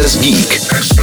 Express Geek.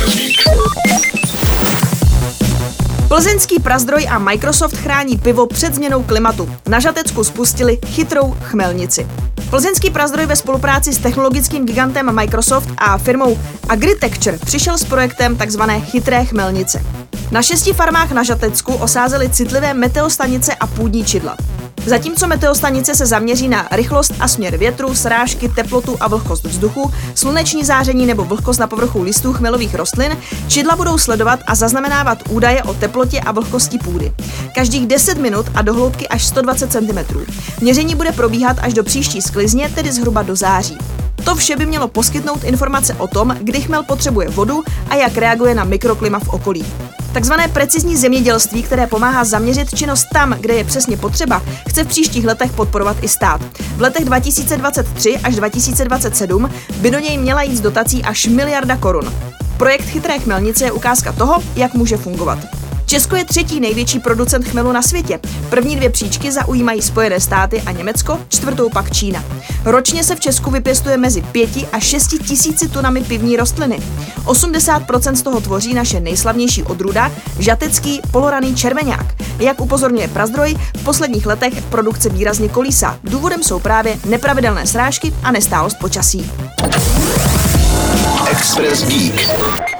Plzeňský Prazdroj a Microsoft chrání pivo před změnou klimatu. Na Žatecku spustili chytrou chmelnici. Plzeňský Prazdroj ve spolupráci s technologickým gigantem Microsoft a firmou Agritecture přišel s projektem tzv. Chytré chmelnice. Na 6 farmách na Žatecku osázeli citlivé meteostanice a půdní čidla. Zatímco meteostanice se zaměří na rychlost a směr větru, srážky, teplotu a vlhkost vzduchu, sluneční záření nebo vlhkost na povrchu listů chmelových rostlin, čidla budou sledovat a zaznamenávat údaje o teplotě a vlhkosti půdy. Každých 10 minut a do hloubky až 120 cm. Měření bude probíhat až do příští sklizně, tedy zhruba do září. To vše by mělo poskytnout informace o tom, kdy chmel potřebuje vodu a jak reaguje na mikroklima v okolí. Takzvané precizní zemědělství, které pomáhá zaměřit činnost tam, kde je přesně potřeba, chce v příštích letech podporovat i stát. V letech 2023 až 2027 by do něj měla jít z dotací až 1 miliarda korun. Projekt Chytré chmelnice je ukázka toho, jak může fungovat. Česko je 3. největší producent chmelu na světě. První 2 příčky zaujímají Spojené státy a Německo, 4. pak Čína. Ročně se v Česku vypěstuje mezi 5 a 6 tisíci tunami pivní rostliny. 80% z toho tvoří naše nejslavnější odrůda, žatecký poloraný červeňák. Jak upozorňuje Prazdroj, v posledních letech produkce výrazně kolísá. Důvodem jsou právě nepravidelné srážky a nestálost počasí. Express Geek.